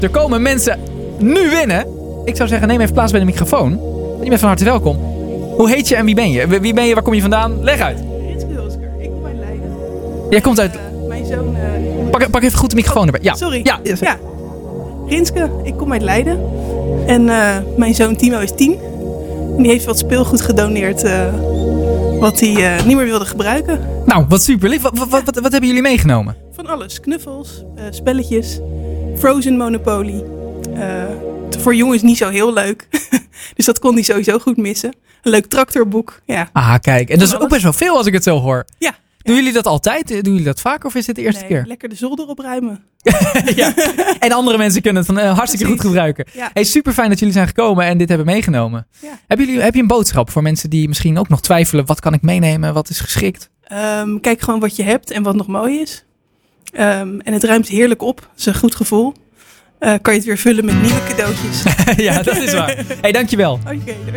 Er komen mensen nu binnen. Ik zou zeggen, neem even plaats bij de microfoon. Je bent van harte welkom. Hoe heet je en wie ben je? Wie ben je, waar kom je vandaan? Leg uit. Ritske Hulsker, ik kom uit Leiden. Jij komt uit... Mijn zoon... Pak even goed de microfoon erbij. Ja. Sorry. Ja. Rinske, ik kom uit Leiden. En mijn zoon Timo is 10. En die heeft wat speelgoed gedoneerd wat hij niet meer wilde gebruiken. Nou, wat super lief. Wat hebben jullie meegenomen? Van alles. Knuffels, spelletjes, Frozen Monopoly. Voor jongens niet zo heel leuk. Dus dat kon hij sowieso goed missen. Een leuk tractorboek. Ja. Ah, kijk. En dat is ook best wel veel als ik het zo hoor. Ja. Doen jullie dat altijd? Doen jullie dat vaak of is dit de eerste keer? Lekker de zolder opruimen. Ja. En andere mensen kunnen het van hartstikke goed gebruiken. Ja. Hey, super fijn dat jullie zijn gekomen en dit hebben meegenomen. Ja. Heb je een boodschap voor mensen die misschien ook nog twijfelen? Wat kan ik meenemen? Wat is geschikt? Kijk gewoon wat je hebt en wat nog mooi is. En het ruimt heerlijk op. Dat is een goed gevoel. Kan je het weer vullen met nieuwe cadeautjes. Ja, dat is waar. Hey, dankjewel. Oké.